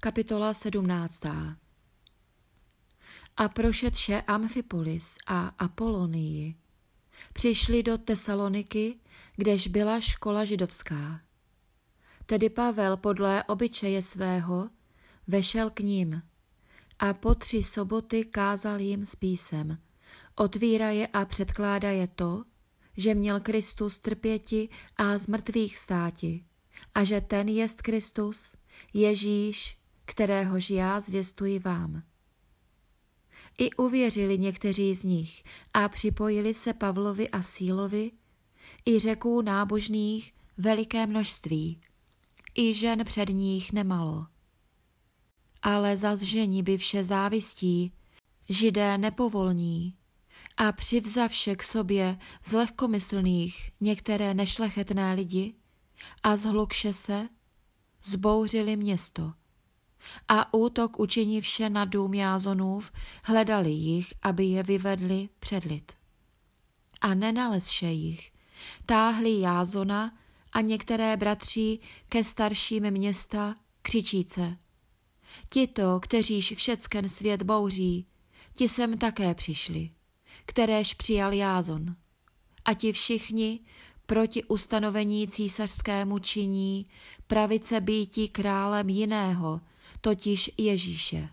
Kapitola 17. A prošetše Amfipolis a Apolonii přišli do Tesaloniky, kdež byla škola židovská. Tedy Pavel podle obyčeje svého vešel k ním a po 3 soboty kázal jim z písem, otvíraje a předkládaje to, že měl Kristus trpěti a z mrtvých vstáti, a že ten jest Kristus, Ježíš, kteréhož já zvěstuji vám. I uvěřili někteří z nich a připojili se Pavlovi a Sílovi, i Řeků nábožných veliké množství, i žen před nich nemalo. Ale zas ženi by vše závistí, Židé nepovolní, a přivzavše k sobě z lehkomyslných některé nešlechetné lidi a zhlukše se, zbouřili město. A útok učinivše na dům Jázonův, hledali jich, aby je vyvedli před lid. A nenalezše jich, táhli Jázona a některé bratří ke starším města, křičíce: Tito, kteříž všecken svět bouří, ti sem také přišli, kteréž přijal Jázon. A ti všichni proti ustanovení císařskému činí pravice býti králem jiného, totiž Ježíše.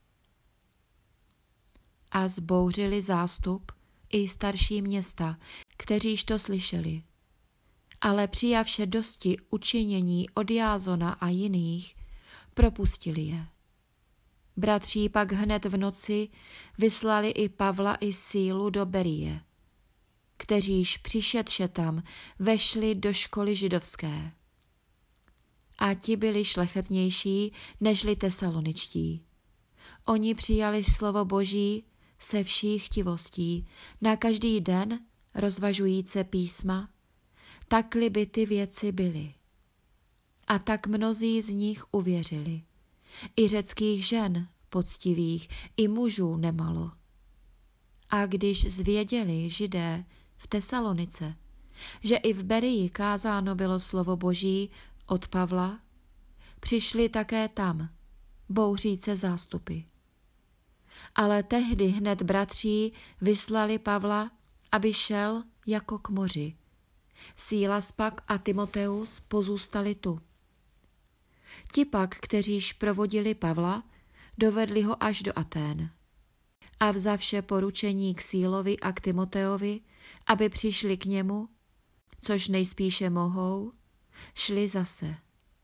A zbouřili zástup i starší města, kteříž to slyšeli. Ale přijavše dosti učinění od Jázona a jiných, propustili je. Bratří pak hned v noci vyslali i Pavla i Sílu do Berie, kteříž přišedše tam vešli do školy židovské. A ti byli šlechetnější nežli tesaloničtí. Oni přijali slovo Boží se vší chtivostí, na každý den rozvažujíce písma, takli by ty věci byly. A tak mnozí z nich uvěřili. I řeckých žen poctivých, i mužů nemalo. A když zvěděli Židé v Tesalonice, že i v Berii kázáno bylo slovo Boží od Pavla, přišli také tam, bouříce zástupy. Ale tehdy hned bratří vyslali Pavla, aby šel jako k moři. Sílas pak a Timoteus pozůstali tu. Ti pak, kteříž provodili Pavla, dovedli ho až do Atén. A vzavše poručení k Sílovi a k Timoteovi, aby přišli k němu, což nejspíše mohou, šli zase.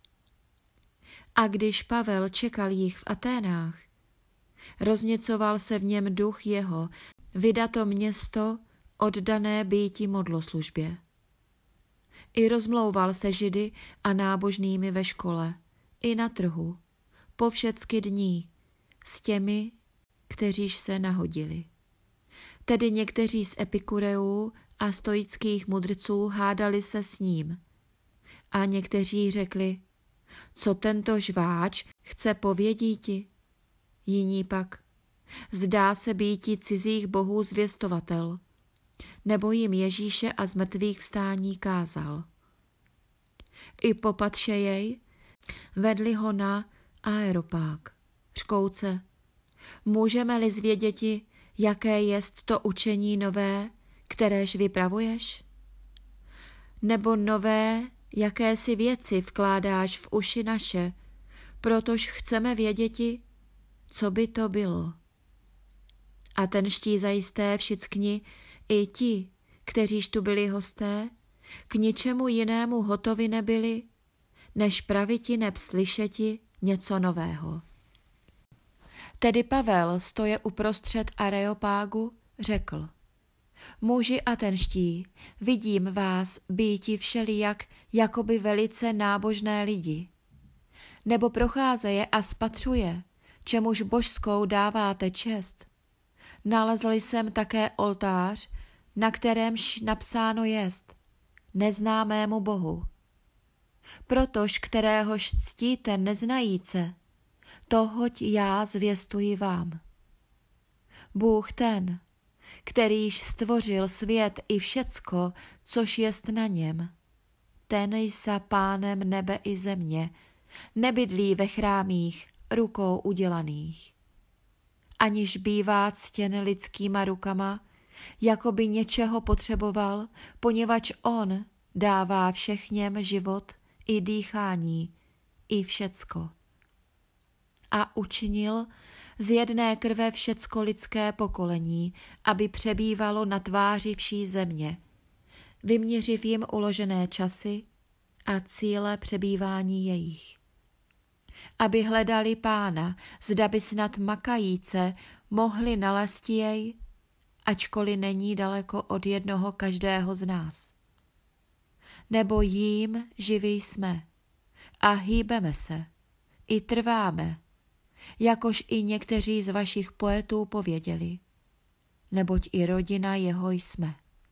A když Pavel čekal jich v Aténách, rozněcoval se v něm duch jeho, vydato město oddané býti modloslužbě. I rozmlouval se Židy a nábožnými ve škole, i na trhu, po všecky dní, s těmi, kteříž se nahodili. Tedy někteří z Epikureů a stoických mudrců hádali se s ním. A někteří řekli: Co tento žváč chce povědíti? Jiní pak: Zdá se býti cizích bohů zvěstovatel, nebo jim Ježíše a z mrtvých vstání kázal. I popatše jej, vedli ho na Aeropág, řkouce: Můžeme-li zvěděti, jaké jest to učení nové, kteréž vypravuješ? Nebo nové, jaké si věci vkládáš v uši naše, protož chceme věděti, co by to bylo. Atenští zajisté všichni, i ti, kteříž tu byli hosté, k ničemu jinému hotovi nebyli, než praviti neb slyšeti něco nového. Tedy Pavel, stoje uprostřed Areopágu, řekl: Muži atenští, vidím vás býti všelijak jakoby velice nábožné lidi. Nebo procházeje a spatřuje, čemuž božskou dáváte čest. Nalezli jsem také oltář, na kterémž napsáno jest: Neznámému Bohu. Protož kteréhož ctíte neznajíce, tohoť já zvěstuji vám. Bůh ten, kterýž stvořil svět i všecko, což jest na něm, ten jsa pánem nebe i země, nebydlí ve chrámích rukou udělaných. Aniž bývá ctěn lidskýma rukama, jako by něčeho potřeboval, poněvadž on dává všechněm život i dýchání, i všecko. A učinil z jedné krve všecko lidské pokolení, aby přebývalo na tváři vší země, vyměřiv jim uložené časy a cíle přebývání jejich. Aby hledali Pána, zda by snad makajíce mohli nalézt jej, ačkoliv není daleko od jednoho každého z nás. Nebo jím živí jsme a hýbeme se, i trváme, jakož i někteří z vašich poetů pověděli, neboť i rodina jeho jsme.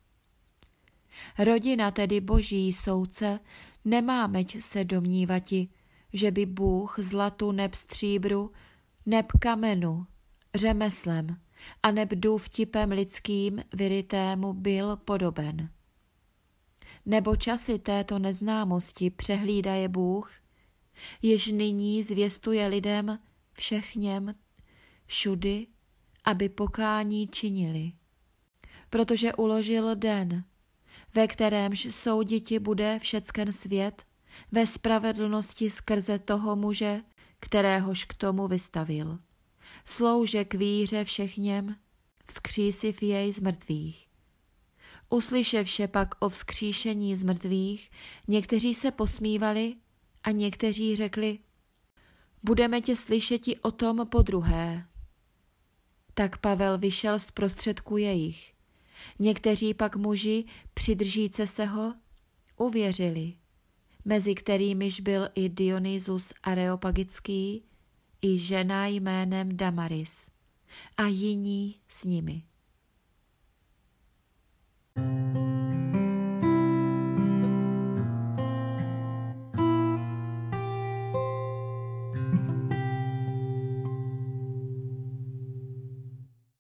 Rodina tedy Boží soudce nemámeť se domnívati, že by Bůh zlatu neb stříbru, neb kamenu, řemeslem a neb důvtipem lidským vyrytému byl podoben. Nebo časy této neznámosti přehlídaje Bůh, jež nyní zvěstuje lidem všechněm všudy, aby pokání činili. Protože uložil den, ve kterémž souditi bude všecken svět, ve spravedlnosti skrze toho muže, kteréhož k tomu vystavil. Slouže k víře všechněm, vzkřísiv jej z mrtvých. Uslyševše pak o vzkříšení z mrtvých, někteří se posmívali a někteří řekli, budeme tě slyšeti o tom podruhé. Tak Pavel vyšel z prostředku jejich. Někteří pak muži, přidržíce se ho, uvěřili, mezi kterýmiž byl i Dionysus Areopagický, i žena jménem Damaris, a jiní s nimi.